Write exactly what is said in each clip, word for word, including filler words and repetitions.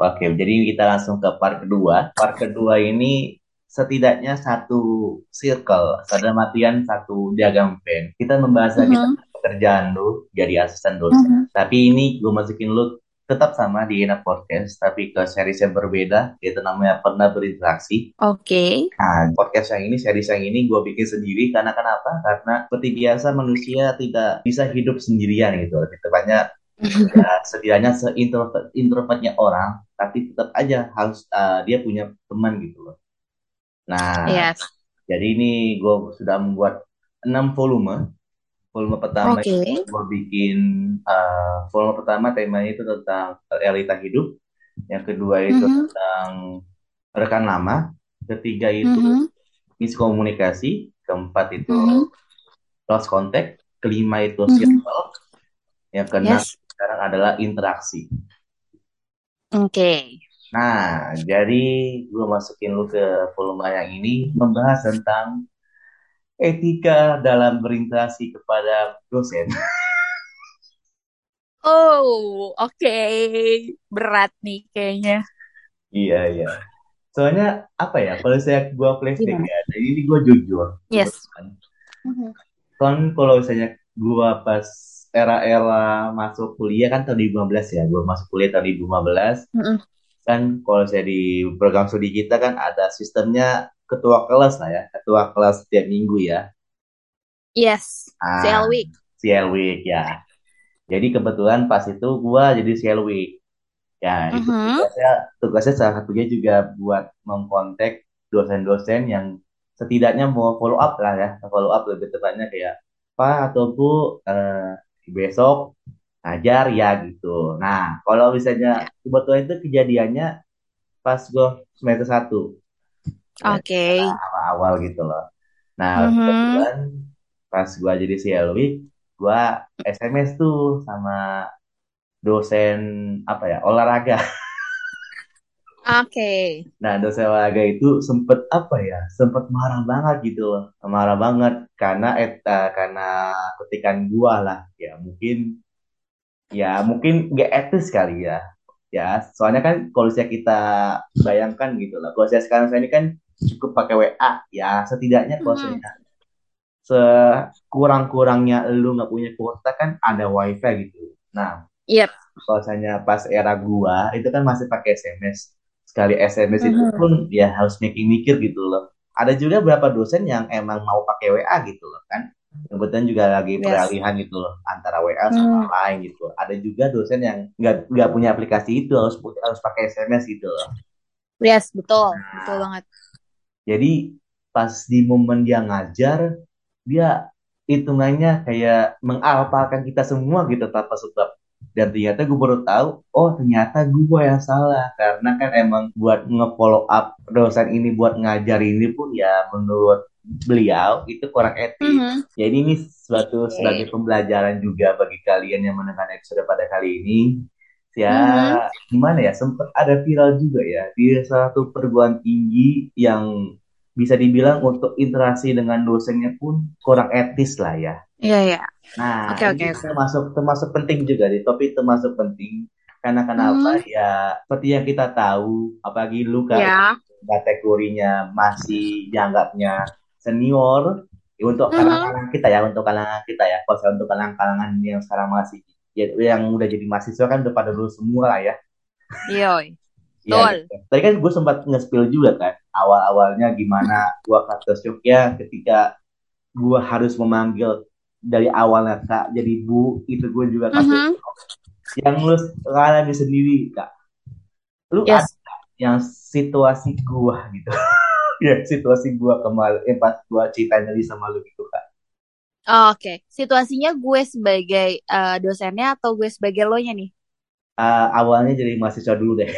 Oke, jadi kita langsung ke part kedua. Part kedua ini setidaknya satu circle, dalam artian satu diagram pen. Kita membahas lagi Mhm, tentang pekerjaan lu jadi asisten dosen. mhm. Tapi ini gue masukin lu tetap sama di Enak Podcast, tapi ke series yang berbeda, yaitu namanya Pernah Berinteraksi. Oke. Nah, podcast yang ini, series yang ini gue bikin sendiri karena kenapa? Karena seperti biasa manusia tidak bisa hidup sendirian gitu. Lebih tepatnya ya setidaknya seintrovert introvertnya orang, tapi tetap aja harus uh, dia punya teman gitu loh. Nah, Yes. jadi ini gue sudah membuat enam volume. Volume pertama Oke. itu gue bikin uh, volume pertama temanya itu tentang realita hidup. Yang kedua itu Mhm, tentang rekan lama. Ketiga itu mhm, miskomunikasi. Keempat itu mhm, lost contact. Kelima itu mhm. circle. Yang keenam Yes. sekarang adalah interaksi. Oke. Nah, jadi gue masukin lu ke volume yang ini membahas tentang etika dalam berinteraksi kepada dosen. Oh, oke. Berat nih kayaknya. Iya, iya. Soalnya apa ya, kalau saya gua flashback Gimana? ya, jadi ini gue jujur, Yes. kebetulan. Mhm, Kan kalau misalnya gua pas era-era masuk kuliah kan tahun dua ribu lima belas ya, gua masuk kuliah tahun dua ribu lima belas, mhm. kan kalau saya di program studi kita kan ada sistemnya ketua kelas lah ya, ketua kelas setiap minggu ya. Yes. Ah, C L Week. C L Week ya. Jadi kebetulan pas itu gua jadi C L Week. Ya, itu Mhm. tugasnya tugasnya salah satunya juga buat mengkontak dosen-dosen yang setidaknya mau follow up lah ya, follow up lebih tepatnya kayak Pak atau Bu eh, besok ngajar ya gitu. Nah, kalau misalnya Ya. kebetulan itu kejadiannya pas gue semester satu, Oke. awal-awal gitu loh. Nah, Mhm. kebetulan pas gue jadi C L W, gue S M S tuh sama dosen apa ya olahraga. Oke. Nah, dosen olahraga itu sempet apa ya, sempet marah banget gitu loh, marah banget karena eta karena ketikan gua lah, ya mungkin ya mungkin nggak etis kali ya, ya soalnya kan kalau saya kita bayangkan gitu lah, kalau saya sekarang saya ini kan cukup pakai W A, ya setidaknya kalau saya Mhm. sekurang-kurangnya lu nggak punya kuota kan ada wifi gitu. Nah, Yep. bahwasanya pas era gua itu kan masih pakai S M S. Sekali S M S itu Mhm. pun ya harus mikir-mikir gitu loh. Ada juga beberapa dosen yang emang mau pakai W A gitu loh kan. Kebetulan juga lagi Yes. peralihan gitu loh antara W A sama Mhm. lain gitu. Ada juga dosen yang nggak nggak punya aplikasi itu, harus harus pakai S M S gitu loh. Yes, betul. Betul banget. Jadi pas di momen dia ngajar, dia hitungannya kayak mengalpakan kita semua gitu tanpa sebab. Dan ternyata gue baru tahu, oh ternyata gue yang salah. Karena kan emang buat nge-follow up dosen ini buat ngajar ini pun ya menurut beliau itu kurang etis. Mhm. Jadi ini suatu sebagai Oke. pembelajaran juga bagi kalian yang mendengar episode pada kali ini. Ya Mhm. gimana ya, sempat ada viral juga ya di salah satu perguruan tinggi yang bisa dibilang untuk interaksi dengan dosennya pun kurang etis lah ya. Iya, iya. Nah, Oke, oke, ini oke. termasuk termasuk penting juga di topik termasuk penting karena kenapa Mhm. ya seperti yang kita tahu, apalagi lu kak Ya. kategorinya masih dianggapnya senior ya, untuk Mhm. kalangan kita ya, untuk kalangan kita ya, kalau saya untuk kalangan-kalangan yang sekarang masih ya, yang udah jadi mahasiswa kan udah pada dulu semua lah ya. Yoi. Iya, Betul. gitu. Tadi kan gue sempat nge-spill juga kan, awal-awalnya gimana gue kata shocknya ketika gue harus memanggil dari awalnya kak jadi bu, itu gue juga kata Mhm. yang lu alami sendiri kak, lu ada Yes. yang situasi gue gitu, ya situasi gue kemarin eh, pas gue cerita nyeri sama lu gitu kak. Oh, oke. Situasinya gue sebagai eh, dosennya atau gue sebagai lo-nya nih? Uh, awalnya jadi mahasiswa dulu deh.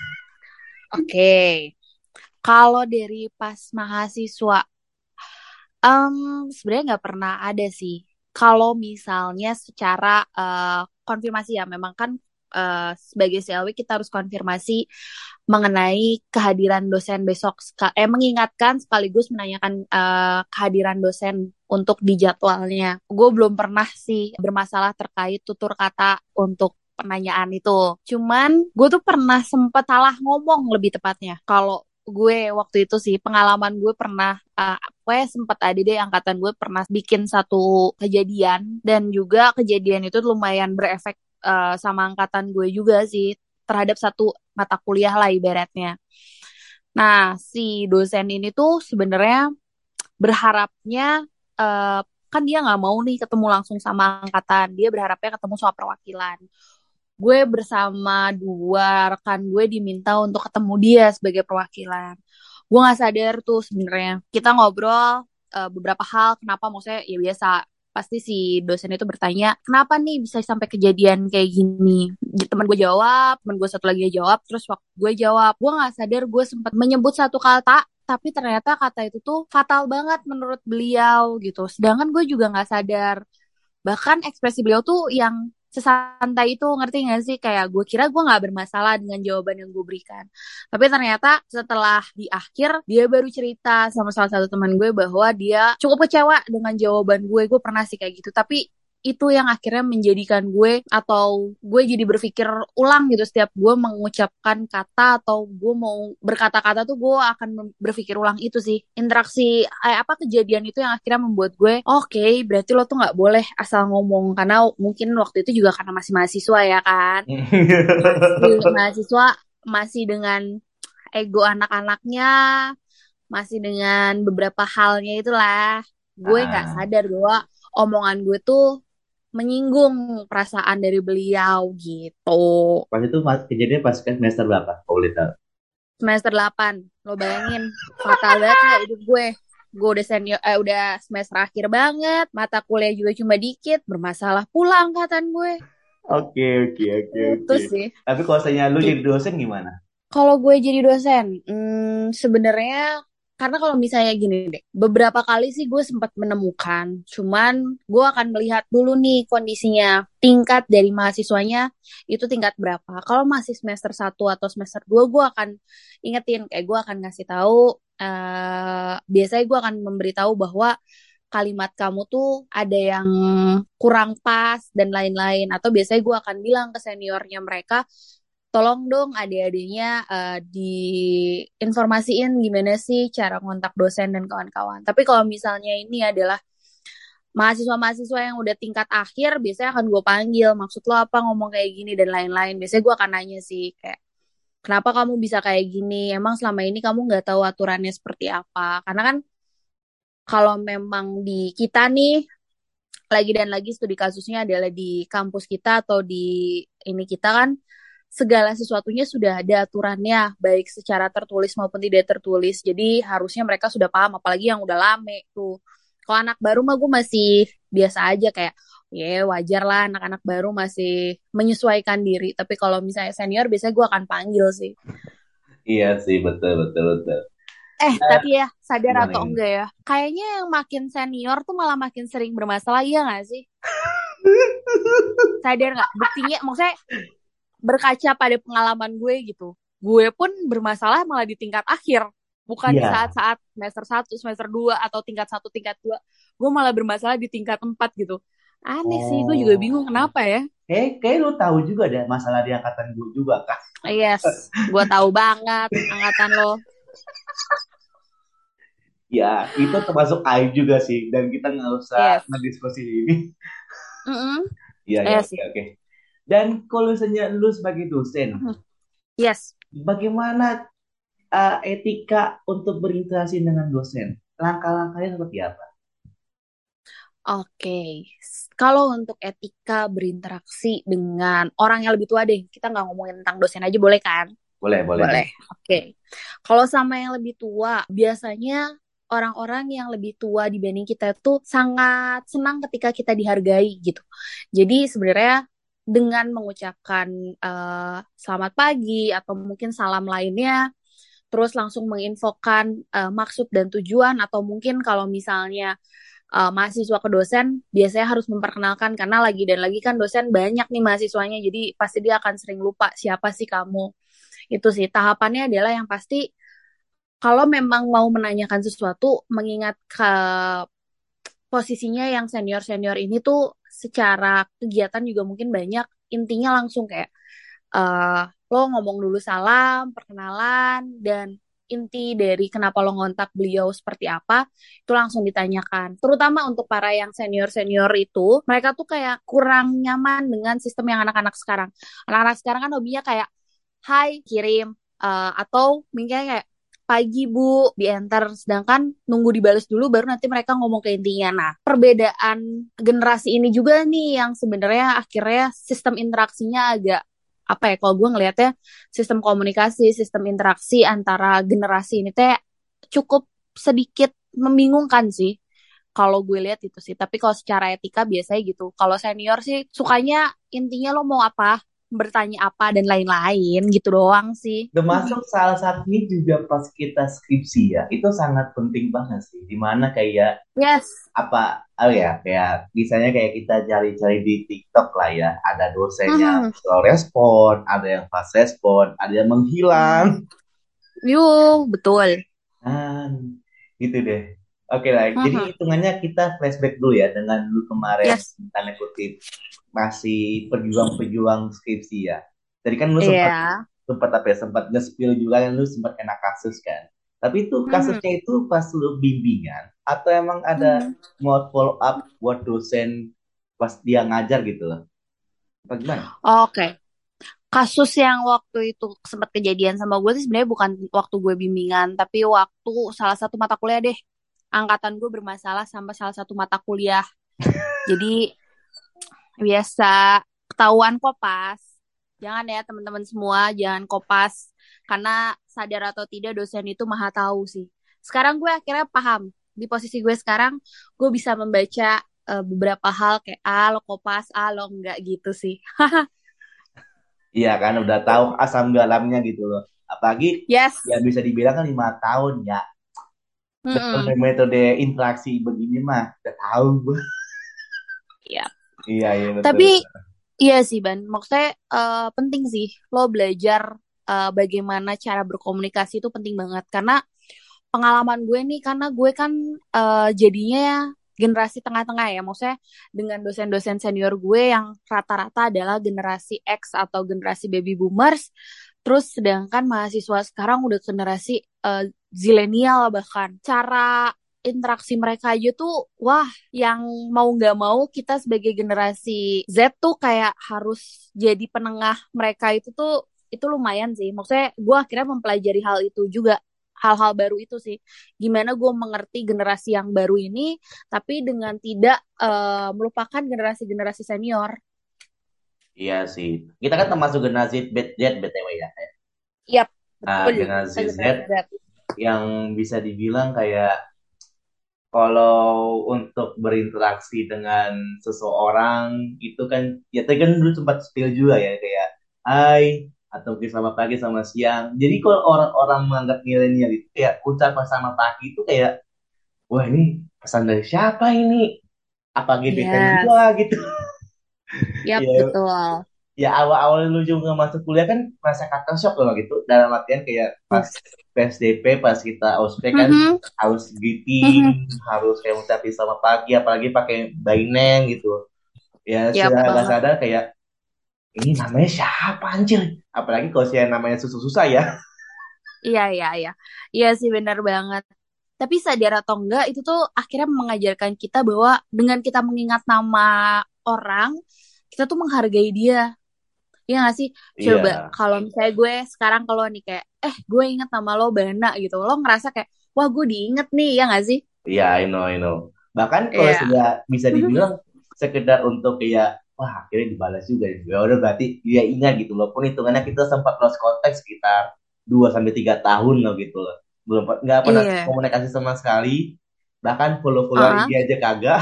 Oke. Kalau dari pas mahasiswa, em, sebenarnya nggak pernah ada sih. Kalau misalnya secara eh, konfirmasi ya, memang kan eh, sebagai C L W kita harus konfirmasi mengenai kehadiran dosen besok, Ska- eh mengingatkan sekaligus menanyakan eh, kehadiran dosen untuk di jadwalnya. Gue belum pernah sih bermasalah terkait tutur kata untuk penanyaan itu. Cuman gue tuh pernah sempet salah ngomong lebih tepatnya. Kalau gue waktu itu sih pengalaman gue pernah uh, gue sempet ada deh angkatan gue pernah bikin satu kejadian dan juga kejadian itu lumayan berefek uh, sama angkatan gue juga sih terhadap satu mata kuliah lah ibaratnya. Nah, si dosen ini tuh sebenarnya berharapnya uh, kan dia nggak mau nih ketemu langsung sama angkatan, dia berharapnya ketemu sama perwakilan. Gue bersama dua rekan gue diminta untuk ketemu dia sebagai perwakilan. Gue nggak sadar tuh sebenarnya. Kita ngobrol uh, beberapa hal, kenapa maksudnya ya biasa. Pasti si dosen itu bertanya, kenapa nih bisa sampai kejadian kayak gini? Temen gue jawab, temen gue satu lagi jawab, terus waktu gue jawab, gue nggak sadar gue sempat menyebut satu kata, tapi ternyata kata itu tuh fatal banget menurut beliau gitu. Sedangkan gue juga nggak sadar. Bahkan ekspresi beliau tuh yang sesantai itu, ngerti gak sih? Kayak gue kira gue gak bermasalah dengan jawaban yang gue berikan. Tapi ternyata setelah di akhir, dia baru cerita sama salah satu teman gue bahwa dia cukup kecewa dengan jawaban gue. Gue pernah sih kayak gitu. Tapi itu yang akhirnya menjadikan gue atau gue jadi berpikir ulang gitu setiap gue mengucapkan kata atau gue mau berkata-kata tuh gue akan berpikir ulang itu sih interaksi eh, apa kejadian itu yang akhirnya membuat gue oke okay, berarti lo tuh nggak boleh asal ngomong karena mungkin waktu itu juga karena masih mahasiswa ya kan masih mahasiswa masih dengan ego anak-anaknya masih dengan beberapa halnya itulah gue nggak Ah, sadar bahwa omongan gue tuh menyinggung perasaan dari beliau gitu. pas itu pas, kejadian pas semester berapa? Kau boleh tahu? Semester delapan, lo bayangin, fatal banget gak hidup gue. Gue udah senior, eh, udah semester akhir banget, mata kuliah juga cuma dikit, bermasalah pula angkatan gue. Oke, oke, oke, Itu oke. sih. Tapi kalau misalnya lu Gitu. jadi dosen gimana? Kalau gue jadi dosen, hmm, sebenarnya karena kalau misalnya gini deh, beberapa kali sih gue sempat menemukan, cuman gue akan melihat dulu nih kondisinya, tingkat dari mahasiswanya itu tingkat berapa. Kalau masih semester satu atau semester dua, gue akan ingetin, kayak gue akan ngasih tahu, eh biasanya gue akan memberitahu bahwa kalimat kamu tuh ada yang kurang pas dan lain-lain. Atau biasanya gue akan bilang ke seniornya mereka, tolong dong adik-adiknya uh, diinformasiin gimana sih cara kontak dosen dan kawan-kawan. Tapi kalau misalnya ini adalah mahasiswa-mahasiswa yang udah tingkat akhir, biasanya akan gue panggil, maksud lo apa ngomong kayak gini dan lain-lain. Biasanya gue akan nanya sih, kayak, kenapa kamu bisa kayak gini? Emang selama ini kamu nggak tahu aturannya seperti apa? Karena kan kalau memang di kita nih, lagi dan lagi studi kasusnya adalah di kampus kita atau di ini kita kan, segala sesuatunya sudah ada aturannya, baik secara tertulis maupun tidak tertulis. Jadi harusnya mereka sudah paham, apalagi yang udah lame tuh. Kalau anak baru mah gue masih biasa aja kayak, ya yeah, wajar lah anak-anak baru masih menyesuaikan diri. Tapi kalau misalnya senior, biasanya gue akan panggil sih. Iya sih, betul, betul, betul. Eh, Nah, tapi ya, sadar gimana atau ini? enggak ya, kayaknya yang makin senior tuh malah makin sering bermasalah, iya nggak sih? Sadar nggak? Buktinya, maksudnya berkaca pada pengalaman gue gitu. Gue pun bermasalah malah di tingkat akhir. Bukan di Iya. saat-saat semester satu, semester dua, atau tingkat satu, tingkat dua. Gue malah bermasalah di tingkat empat gitu. Aneh sih, gue juga bingung Oh. kenapa ya. Eh, kayak lu tahu juga deh masalah di angkatan gue juga kan? Yes, gue tahu banget angkatan lo. Ya, itu termasuk aib juga sih. Dan kita nggak usah Yes. ngediskusi ini. Mm-mm. Iya, ya, Yes oke, sih. oke. Dan kalau misalnya lu sebagai dosen, Yes. bagaimana uh, etika untuk berinteraksi dengan dosen? Langkah-langkahnya seperti apa? Oke, S- kalau untuk etika berinteraksi dengan orang yang lebih tua deh, kita nggak ngomongin tentang dosen aja boleh kan? Boleh, boleh. Boleh. Oke. Kalau sama yang lebih tua, biasanya orang-orang yang lebih tua dibanding kita tuh sangat senang ketika kita dihargai gitu. Jadi sebenarnya dengan mengucapkan eh, selamat pagi atau mungkin salam lainnya, terus langsung menginfokan eh, maksud dan tujuan atau mungkin kalau misalnya eh, mahasiswa ke dosen biasanya harus memperkenalkan karena lagi dan lagi kan dosen banyak nih mahasiswanya jadi pasti dia akan sering lupa siapa sih kamu. Itu sih tahapannya adalah yang pasti kalau memang mau menanyakan sesuatu mengingat ke posisinya yang senior-senior ini tuh secara kegiatan juga mungkin banyak intinya langsung kayak eh lo ngomong dulu salam, perkenalan, dan inti dari kenapa lo ngontak beliau seperti apa, itu langsung ditanyakan. Terutama untuk para yang senior-senior itu, mereka tuh kayak kurang nyaman dengan sistem yang anak-anak sekarang. Anak-anak sekarang kan hobinya kayak, hai, kirim, eh, atau mungkin kayak, pagi Bu, di enter. Sedangkan nunggu dibalas dulu baru nanti mereka ngomong ke intinya. Nah, perbedaan generasi ini juga nih yang sebenarnya akhirnya sistem interaksinya agak apa ya, kalau gue ngelihatnya sistem komunikasi, sistem interaksi antara generasi ini teh cukup sedikit membingungkan sih. Kalau gue lihat itu sih. Tapi kalau secara etika biasanya gitu. Kalau senior sih sukanya intinya lo mau apa, bertanya apa dan lain-lain gitu doang sih. Termasuk salah satunya juga pas kita skripsi ya, itu sangat penting banget sih. Dimana kayak Yes. apa, oh ya, kayak misalnya kayak kita cari-cari di TikTok lah ya, ada dosen yang Mhm. slow respon, ada yang fast respon, ada yang Mhm. menghilang. Yuh, betul. Nah, gitu deh. Oke lah, jadi Mhm. hitungannya kita flashback dulu ya dengan lu kemarin Yes. tanda kutip masih pejuang-pejuang skripsi ya. Tadi kan lu sempat Iya. sempat apa ya, sempat nge-spill juga yang lu sempat kena kasus kan. Tapi itu Mhm. kasusnya itu pas lu bimbingan atau emang ada Mhm. mau follow up buat dosen pas dia ngajar gitu loh. Apa gimana? Oke. Kasus yang waktu itu sempat kejadian sama gue sih sebenarnya bukan waktu gue bimbingan, tapi waktu salah satu mata kuliah deh. Angkatan gue bermasalah sama salah satu mata kuliah. Jadi biasa ketahuan kopas. Jangan ya teman-teman semua, jangan kopas. Karena sadar atau tidak dosen itu maha tahu sih. Sekarang gue akhirnya paham. Di posisi gue sekarang, gue bisa membaca eh, beberapa hal kayak, ah lo kopas, ah lo enggak gitu sih. Iya kan udah tahu asam galamnya gitu loh. Apalagi Yes. ya bisa dibilang kan lima tahun ya. Mm-mm. Metode metode interaksi begini mah udah tahu gue. Iya. Iya iya betul. Tapi iya sih Ban, maksudnya eh, penting sih lo belajar eh, bagaimana cara berkomunikasi itu penting banget karena pengalaman gue nih karena gue kan eh, jadinya generasi tengah-tengah ya, maksudnya dengan dosen-dosen senior gue yang rata-rata adalah generasi X atau generasi baby boomers, terus sedangkan mahasiswa sekarang udah generasi eh, zilenial bahkan. Cara interaksi mereka aja tuh, wah, yang mau nggak mau kita sebagai generasi Z tuh kayak harus jadi penengah mereka itu tuh itu lumayan sih. Maksudnya gue akhirnya mempelajari hal itu juga, hal-hal baru itu sih. Gimana gue mengerti generasi yang baru ini, tapi dengan tidak eh, melupakan generasi-generasi senior. Iya sih. Kita kan termasuk generasi Z, Z B T W ya. Iya, Nah, betul. Kita generasi Z generasi Z. yang bisa dibilang kayak kalau untuk berinteraksi dengan seseorang itu kan ya tadi kan dulu sempat spill juga ya kayak hai atau mungkin selamat pagi sama siang. Jadi kalau orang-orang menganggap milenial itu kayak ucapan selamat pagi itu kayak wah ini pesan dari siapa ini? Apa gebetan Yes. gua gitu. Yap, Ya betul. ya awal-awal lu juga masuk kuliah kan masa kata shock loh gitu dalam artian kayak pas Yes. P S D P pas kita ospek kan Mhm. harus Mhm. greeting harus kayak ngucapin selamat pagi apalagi pakai by name gitu ya Yap sudah nggak banget. sadar kayak ini namanya siapa anjir apalagi kalau saya namanya susu susah ya. Iya, iya, iya. Iya sih benar banget. Tapi sadar atau enggak, itu tuh akhirnya mengajarkan kita bahwa dengan kita mengingat nama orang, kita tuh menghargai dia. Iya gak sih? Coba Iya kalau misalnya gue sekarang kalau nih kayak, eh gue inget nama lo Bana gitu. Lo ngerasa kayak, wah gue diinget nih, ya gak sih? iya I know I know bahkan kalau Iya. sudah bisa dibilang sekedar untuk kayak wah akhirnya dibalas juga ya udah berarti dia ingat gitu loh pun hitungannya kita sempat lost contact sekitar dua sampai tiga tahun loh gitu loh belum nggak pernah Iya. komunikasi sama sekali bahkan follow-followan Uh-uh. I G aja kagak.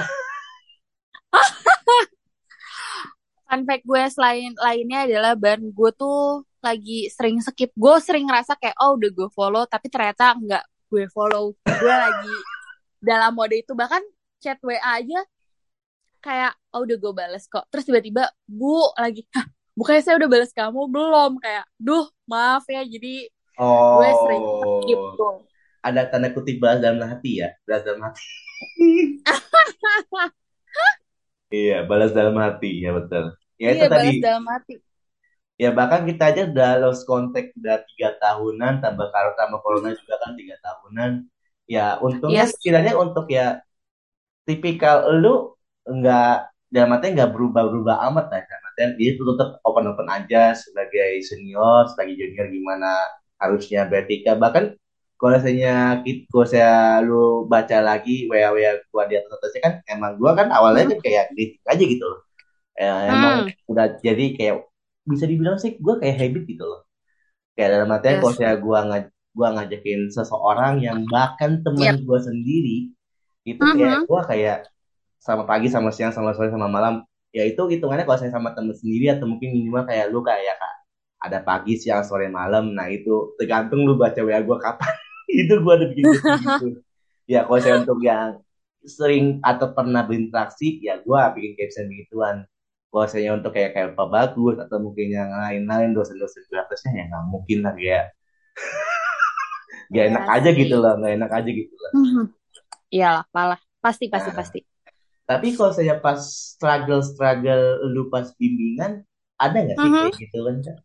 Fun fact gue selain lainnya adalah ban gue tuh lagi sering skip. Gue sering ngerasa kayak, oh udah gue follow, tapi ternyata nggak gue follow. Gue lagi dalam mode itu, bahkan chat W A aja kayak oh udah gue bales kok, terus tiba-tiba bu lagi, hah bukannya saya udah bales kamu belum, kayak duh maaf ya, jadi gue sering skip Oh tuh. ada tanda kutip balas dalam hati ya balas dalam hati. Iya balas dalam hati ya betul. Ya itu Iya, tadi. balas dalam hati. Ya bahkan kita aja udah lost contact udah tiga tahunan, tambah kalau tambah corona juga kan tiga tahunan. Ya untungnya Yes. setidaknya untuk ya tipikal lu nggak dalam artinya nggak berubah-berubah amat lah dalam artian dia tuh tetap open-open aja sebagai senior, sebagai junior gimana harusnya beretika. Bahkan kalau misalnya kita, kalau saya lu baca lagi W A W A gua di atas atasnya kan emang gua kan awalnya Hmm. kan kayak kritik aja gitu loh. Ya, emang Hmm. udah jadi kayak bisa dibilang sih gue kayak habit gitu loh. Kayak dalam artian kalau Yes. saya gua ngaj gua ngajakin seseorang yang bahkan temen Yep. gue sendiri itu kayak Mhm. gua kayak sama pagi sama siang sama sore sama malam ya itu hitungannya kalau saya sama temen sendiri atau mungkin minimal kayak lu kayak kak ada pagi siang sore malam nah itu tergantung lu baca W A gue kapan itu gue ada bikin gitu gitu ya kalau saya untuk yang sering atau pernah berinteraksi ya gue bikin caption begituan kalau saya untuk kayak kayak apa bagus atau mungkin yang lain-lain dosen-dosen gratisnya ya nggak mungkin lah ya gak Iya enak aja gitu sih. loh nggak enak aja gitu loh. Mhm. Iyalah, palah. Pasti, pasti, Nah, pasti. tapi kalau saya pas struggle-struggle lu pas bimbingan, ada nggak sih Mhm. kayak gitu kan, Kak?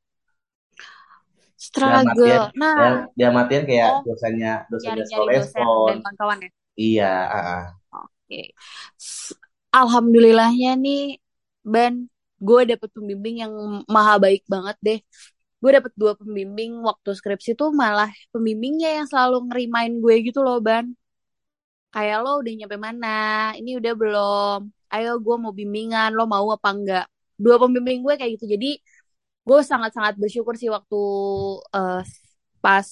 Dalam artian, Struggle. dalam, Nah, dalam artian kayak oh, dosennya, dosennya slow nyari-nyari dosen respon. dan kawan-kawan ya. Iya, ah, ah. Oke. S- Alhamdulillahnya nih, Ban, gue dapet pembimbing yang maha baik banget deh. Gue dapet dua pembimbing waktu skripsi tuh malah pembimbingnya yang selalu ngerimain gue gitu loh, Ban. Kayak lo udah nyampe mana? Ini udah belum? Ayo gue mau bimbingan, lo mau apa enggak? Dua pembimbing gue kayak gitu. Jadi gue sangat-sangat bersyukur sih waktu eh, pas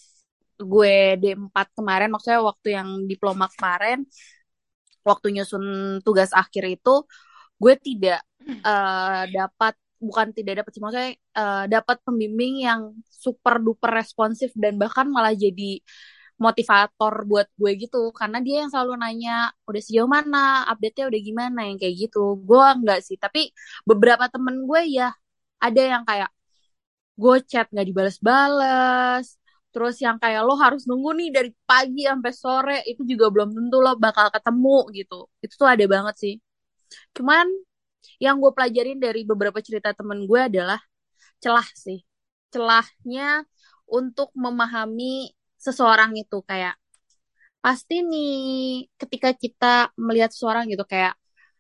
gue D empat kemarin, maksudnya waktu yang diploma kemarin, waktu nyusun tugas akhir itu, gue tidak eh, dapat, bukan tidak dapat sih, maksudnya eh, dapat pembimbing yang super duper responsif dan bahkan malah jadi motivator buat gue gitu karena dia yang selalu nanya udah sejauh mana update-nya udah gimana yang kayak gitu gue enggak sih tapi beberapa temen gue ya ada yang kayak gue chat nggak dibales-bales terus yang kayak lo harus nunggu nih dari pagi sampai sore itu juga belum tentu lo bakal ketemu gitu itu tuh ada banget sih cuman yang gue pelajarin dari beberapa cerita temen gue adalah celah sih celahnya untuk memahami seseorang itu kayak pasti nih ketika kita melihat seseorang gitu kayak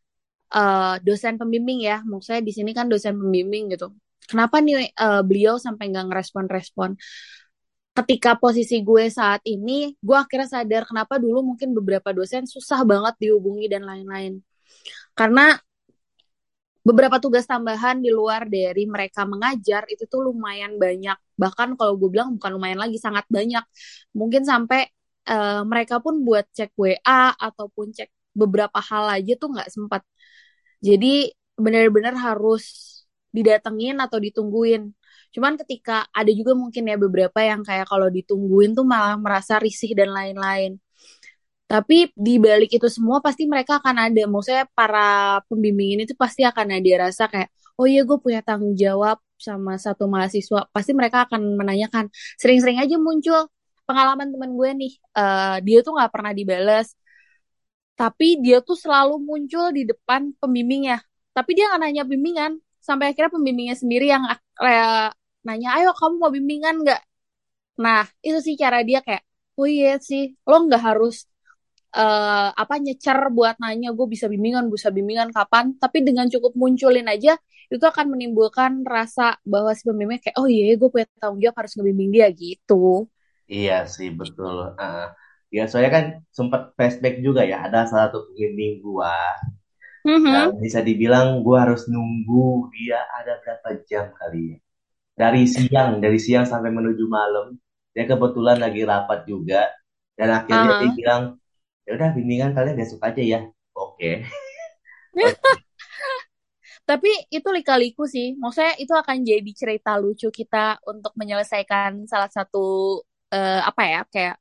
eh, dosen pembimbing ya, maksudnya di sini kan dosen pembimbing gitu. Kenapa nih eh, beliau sampai nggak ngerespon-respon? Ketika posisi gue saat ini, gue akhirnya sadar kenapa dulu mungkin beberapa dosen susah banget dihubungi dan lain-lain. Karena beberapa tugas tambahan di luar dari mereka mengajar itu tuh lumayan banyak. Bahkan kalau gue bilang bukan lumayan lagi, sangat banyak. Mungkin sampai eh, mereka pun buat cek W A ataupun cek beberapa hal aja tuh nggak sempat. Jadi benar-benar harus didatengin atau ditungguin. Cuman ketika ada juga mungkin ya beberapa yang kayak kalau ditungguin tuh malah merasa risih dan lain-lain. Tapi di balik itu semua pasti mereka akan ada, maksudnya para pembimbing ini tuh pasti akan ada rasa kayak, oh iya gue punya tanggung jawab sama satu mahasiswa. Pasti mereka akan menanyakan, sering-sering aja muncul pengalaman temen gue nih, eh, dia tuh nggak pernah dibales, tapi dia tuh selalu muncul di depan pembimbingnya. Tapi dia nggak nanya bimbingan, sampai akhirnya pembimbingnya sendiri yang kayak nanya, ayo kamu mau bimbingan nggak? Nah, itu sih cara dia kayak, oh iya sih, lo nggak harus eh, apa nyecer buat nanya gue bisa bimbingan, bisa bimbingan kapan, tapi dengan cukup munculin aja itu akan menimbulkan rasa bahwa si pembimbing kayak oh iya gue punya tanggung jawab harus ngebimbing dia gitu. Iya sih betul. Ah, ya soalnya kan sempat flashback juga ya ada salah satu pembimbing gua yang Mhm. bisa dibilang gua harus nunggu dia ada berapa jam kali ya. Dari siang, dari siang sampai menuju malam. Dia kebetulan lagi rapat juga dan akhirnya dia Aha. bilang ya udah bimbingan kalian besok aja ya. Oke. Oke. Tapi itu lika-liku sih. Maksudnya itu akan jadi cerita lucu kita untuk menyelesaikan salah satu eh, apa ya kayak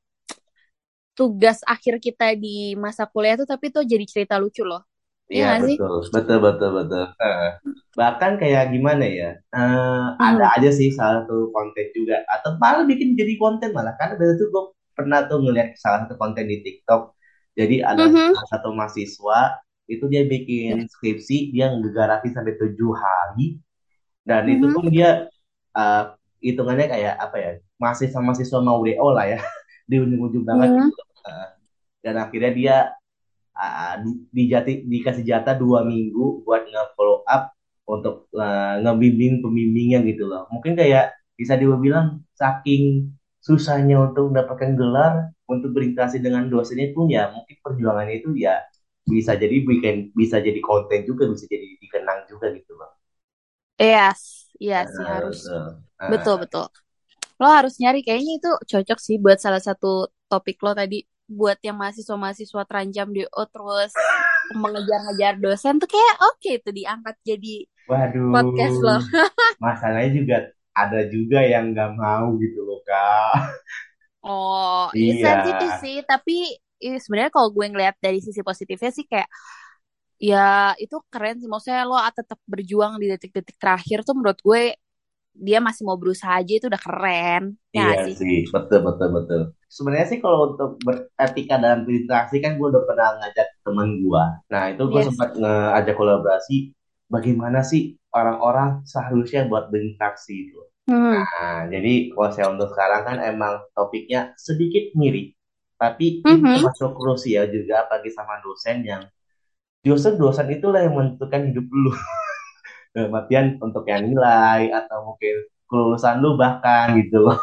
tugas akhir kita di masa kuliah tuh tapi itu jadi cerita lucu loh. Ya Iya nggak sih? betul, betul, betul, betul. Eh, bahkan kayak gimana ya? eh, ada Mhm. aja sih salah satu konten juga, atau malah bikin jadi konten malah. Karena dari itu gue pernah tuh ngeliat salah satu konten di TikTok. Jadi ada Mhm. salah satu mahasiswa. itu dia bikin Ya. skripsi, dia ngegarapi sampai tujuh hari, dan itu Mhm. pun dia uh, hitungannya kayak apa ya, masih sama mahasiswa mau D O lah ya, di ujung-ujung banget Mhm. gitu. Uh, dan akhirnya dia uh, dijati, dikasih jatah dua minggu buat nge-follow up untuk uh, ngebimbing pembimbingnya gitu loh. Mungkin kayak bisa dibilang saking susahnya untuk mendapatkan gelar untuk berinteraksi dengan dosennya pun ya mungkin perjuangannya itu ya bisa jadi bikin, bisa jadi konten juga, bisa jadi dikenang juga gitu loh. Yes, iya sih Uh, harus. betul. Betul, Uh, betul. Lo harus nyari kayaknya itu cocok sih buat salah satu topik lo tadi, buat yang mahasiswa-mahasiswa terancam D O terus mengejar-ngejar dosen tuh kayak oke tuh diangkat jadi podcast lo. waduh, masalahnya juga ada juga yang nggak mau gitu loh Kak. Oh, iya Iya, sensitif sih, tapi ih, sebenarnya kalau gue ngeliat dari sisi positifnya sih kayak ya itu keren sih. Maksudnya lo tetap berjuang di detik-detik terakhir tuh menurut gue dia masih mau berusaha aja itu udah keren. Ya iya nggak sih? sih, betul betul betul. Sebenarnya sih kalau untuk beretika dalam berinteraksi kan gue udah pernah ngajak temen gue. Nah itu gue Yes. sempat ngajak kolaborasi bagaimana sih orang-orang seharusnya buat berinteraksi itu. Hmm. Nah jadi kalau saya untuk sekarang kan emang topiknya sedikit mirip, tapi ini Mhm. termasuk krusial juga apalagi sama dosen yang dosen-dosen itulah yang menentukan hidup lu. Dalam artian untuk yang nilai atau mungkin kelulusan lu bahkan gitu loh.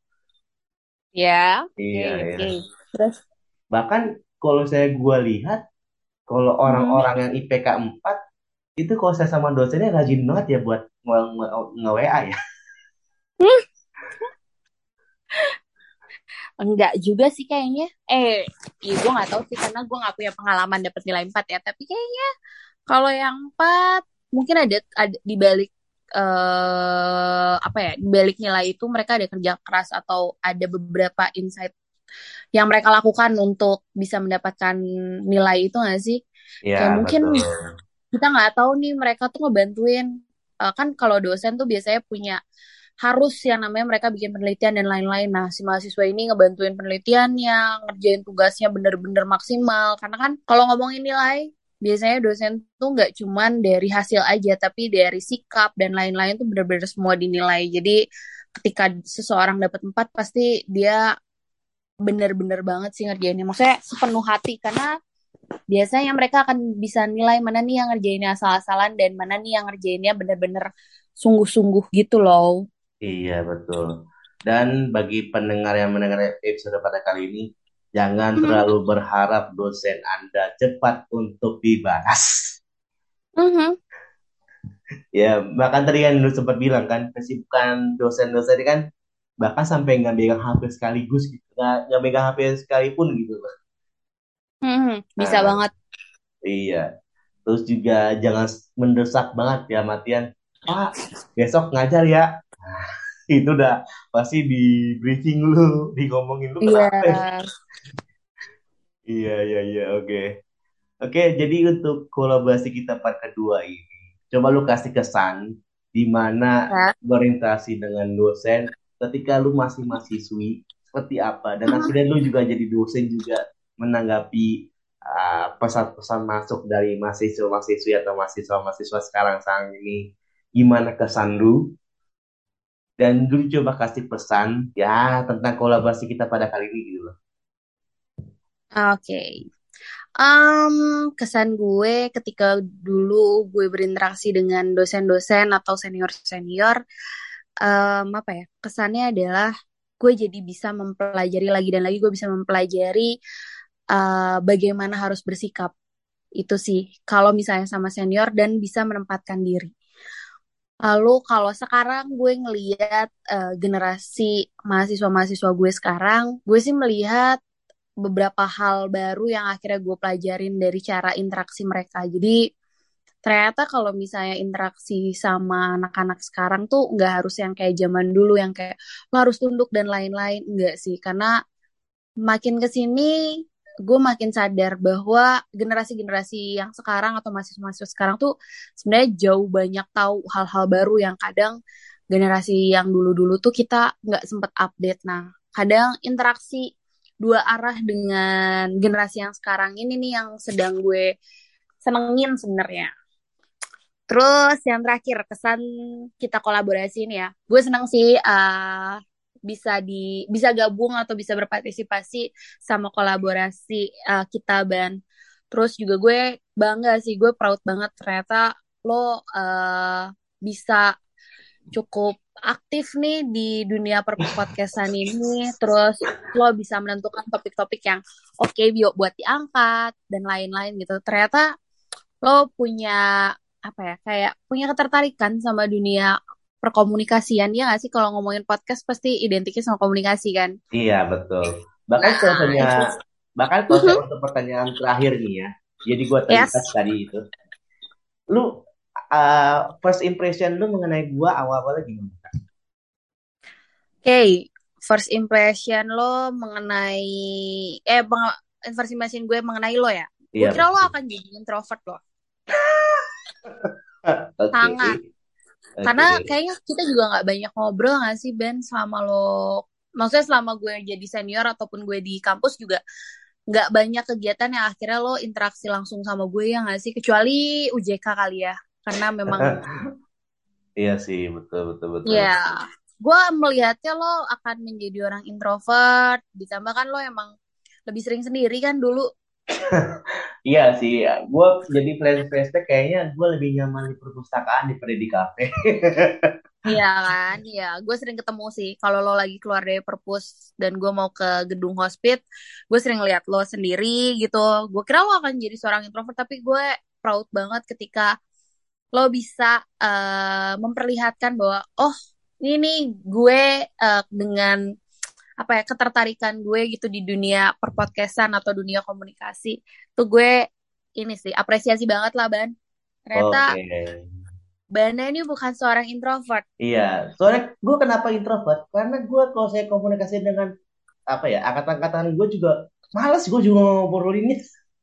Ya, oke, Iya, oke. iya. Terus, Bahkan kalau saya gua lihat, kalau mhm. orang-orang yang I P K empat itu kalau saya sama dosennya rajin banget ya buat nge-W A ya. Hmm, enggak juga sih kayaknya. Eh, ya gue nggak tahu sih karena gue nggak punya pengalaman dapet nilai empat ya. Tapi kayaknya kalau yang empat mungkin ada ada di balik eh apa ya di balik nilai itu mereka ada kerja keras atau ada beberapa insight yang mereka lakukan untuk bisa mendapatkan nilai itu nggak sih? Iya, Kayak mungkin betul. kita nggak tahu nih mereka tuh ngebantuin. Eh, kan kalau dosen tuh biasanya punya harus yang namanya mereka bikin penelitian dan lain-lain. Nah, si mahasiswa ini ngebantuin penelitiannya, ngerjain tugasnya bener-bener maksimal. Karena kan kalau ngomongin nilai, biasanya dosen tuh nggak cuman dari hasil aja, tapi dari sikap dan lain-lain tuh bener-bener semua dinilai. Jadi ketika seseorang dapat empat, pasti dia bener-bener banget sih ngerjainnya. Maksudnya sepenuh hati, karena biasanya mereka akan bisa nilai mana nih yang ngerjainnya asal-asalan dan mana nih yang ngerjainnya bener-bener sungguh-sungguh gitu loh. Iya, betul. Dan bagi pendengar yang mendengar episode pada kali ini, jangan Mhm. terlalu berharap dosen Anda cepat untuk dibalas. Mhm. Ya, bahkan tadi kan lu sempat bilang kan, kesibukan dosen-dosen ini kan bahkan sampai nggak megang H P sekaligus gitu, nggak nggak megang H P sekalipun gitu. Mhm. Bisa Nah, banget. iya. Terus juga jangan mendesak banget ya Matian. Pak, besok ngajar ya. Itu udah pasti di briefing lu, di ngomongin lu Iya. kenapa? Iya, iya, iya, oke. Oke, jadi untuk kolaborasi kita part kedua ini, coba lu kasih kesan di mana Ya. berinteraksi dengan dosen ketika lu masih mahasiswi seperti apa, dan Mhm. akhirnya lu juga jadi dosen juga menanggapi uh, pesan-pesan masuk dari mahasiswa-mahasiswi atau mahasiswa-mahasiswa sekarang saat ini, gimana kesan lu, dan lu coba kasih pesan ya tentang kolaborasi kita pada kali ini gitu loh. Oke. Em, kesan gue ketika dulu gue berinteraksi dengan dosen-dosen atau senior-senior, em, apa ya? Kesannya adalah gue jadi bisa mempelajari lagi dan lagi gue bisa mempelajari eh, bagaimana harus bersikap. Itu sih, kalau misalnya sama senior dan bisa menempatkan diri. Lalu kalau sekarang gue ngeliat eh, generasi mahasiswa-mahasiswa gue sekarang, gue sih melihat beberapa hal baru yang akhirnya gue pelajarin dari cara interaksi mereka. Jadi ternyata kalau misalnya interaksi sama anak-anak sekarang tuh nggak harus yang kayak zaman dulu yang kayak lo harus tunduk dan lain-lain. Enggak sih, karena makin ke sini gue makin sadar bahwa generasi-generasi yang sekarang atau mahasiswa-mahasiswa sekarang tuh sebenarnya jauh banyak tahu hal-hal baru yang kadang generasi yang dulu-dulu tuh kita nggak sempet update. Nah, kadang interaksi dua arah dengan generasi yang sekarang ini nih yang sedang gue senengin sebenarnya. Terus yang terakhir kesan kita kolaborasi ini ya, gue seneng sih uh, bisa di bisa gabung atau bisa berpartisipasi sama kolaborasi uh, kita Ban. Terus juga gue bangga sih, gue proud banget ternyata lo uh, bisa cukup aktif nih di dunia perpodcastan ini. Terus lo bisa menentukan topik-topik yang oke okay, buat diangkat dan lain-lain gitu. Ternyata lo punya apa ya kayak punya ketertarikan sama dunia perkomunikasian ya nggak sih kalau ngomongin podcast pasti identiknya sama komunikasi kan. Iya, betul. Bahkan kalau Nah misalnya, itu. bahkan kalau saya untuk pertanyaan terakhir nih ya, jadi gua teringat Yes. tadi itu, lu uh, first impression lu mengenai gua awal-awalnya gimana? Oke, okay. First impression lo mengenai eh bang, first impression gue mengenai lo ya, gue Iya, kira lo betul. akan jadi introvert lo. Oke, Sangat. oke. Karena kayaknya kita juga nggak banyak ngobrol nggak sih Ben selama lo, maksudnya selama gue jadi senior ataupun gue di kampus juga nggak banyak kegiatan yang akhirnya lo interaksi langsung sama gue ya nggak sih, kecuali U J K kali ya, karena memang Iya sih, betul, betul, betul. ya gue melihatnya lo akan menjadi orang introvert, ditambah kan lo emang lebih sering sendiri kan dulu. Iya sih, gue jadi flashback kayaknya gue lebih nyaman di perpustakaan daripada di kafe. Iya kan, iya. Gue sering ketemu sih. Kalau lo lagi keluar dari perpus dan gue mau ke gedung hospit, gue sering lihat lo sendiri gitu. Gue kira lo akan jadi seorang introvert, tapi gue proud banget ketika lo bisa eh, memperlihatkan bahwa, oh ini nih gue eh, dengan apa ya ketertarikan gue gitu di dunia perpodcastan atau dunia komunikasi. Tuh gue ini sih apresiasi banget lah Ban. Ternyata Oke. Banda ini bukan seorang introvert. Iya, soalnya gue kenapa introvert? Karena gue kalau saya komunikasi dengan apa ya, angkatan-angkatan gue juga males gue juga ngobrolinnya.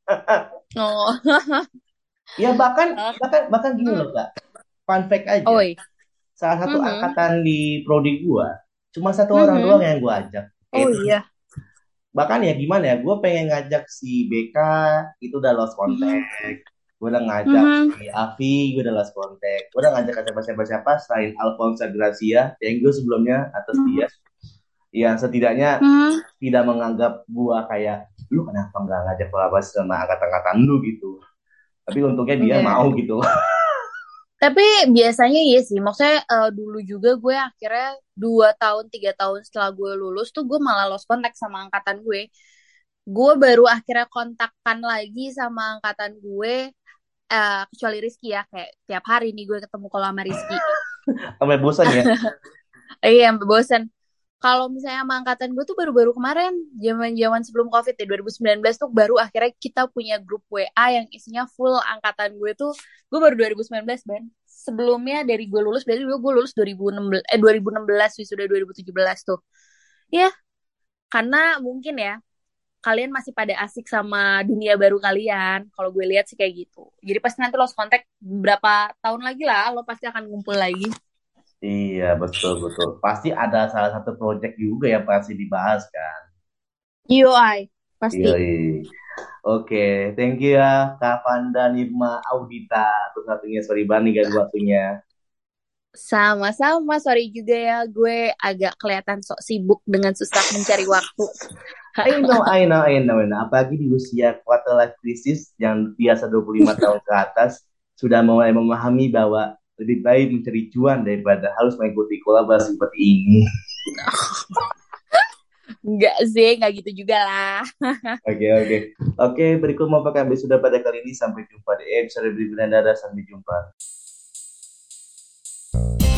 Oh. Ya bahkan Oh. bahkan bahkan gini Hmm. loh kak, fun fact aja. Oi. Salah satu Mhm. angkatan di prodi gue, cuma satu orang doang Mhm. yang gue ajak. Oh Itu iya. bahkan ya gimana ya, gue pengen ngajak si B K, itu udah lost Mhm. contact. Gue udah ngajak Mhm. si Avi, gue udah lost contact. Gue udah ngajak siapa siapa siapa selain Alfonso Gracia yang gue sebelumnya atas dia, Mhm. yang setidaknya Mhm. tidak menganggap gua kayak lu kenapa nggak ngajak kolaborasi sama angkatan-angkatan lu gitu. Tapi untungnya dia Iya. mau gitu. Tapi biasanya iya sih. Maksudnya eh, dulu juga gue akhirnya dua tahun, tiga tahun setelah gue lulus tuh gue malah lost contact sama angkatan gue. Gue baru akhirnya kontakkan lagi sama angkatan gue, eh, kecuali Rizky ya. Kayak tiap hari nih gue ketemu kalau sama Rizky. Sampai bosan ya. Iya, sampai bosan. Kalau misalnya sama angkatan gue tuh baru-baru kemarin, zaman-zaman sebelum COVID ya, dua ribu sembilan belas tuh baru akhirnya kita punya grup W A yang isinya full angkatan gue tuh, gue baru dua ribu sembilan belas, Ben. Sebelumnya dari gue lulus, dari dulu gue lulus dua ribu enam belas, eh dua ribu enam belas, wisuda dua ribu tujuh belas tuh. Ya, karena mungkin ya, kalian masih pada asik sama dunia baru kalian. Kalau gue lihat sih kayak gitu. Jadi pasti nanti lo kontak berapa tahun lagi lah, lo pasti akan ngumpul lagi. Iya, betul betul. Pasti ada salah satu project juga yang pasti dibahas kan. U I, Iya, pasti. iya. Oke, thank you ya Kak Panda Nirma Audita. Terus satunya sorry banget gak waktunya. Sama-sama, sorry juga ya, gue agak kelihatan sok sibuk dengan susah mencari waktu. I know, I know, I know, I know. Apalagi di usia quarter life crisis yang biasa dua puluh lima tahun ke atas, sudah mulai memahami bahwa lebih baik mencari cuan daripada harus mengikuti kolaborasi seperti ini. Enggak sih, enggak gitu juga lah. Oke, oke. Oke, berikut mau pakai sudah pada kali ini. Sampai jumpa di episode berikutnya. Dadah, sampai jumpa.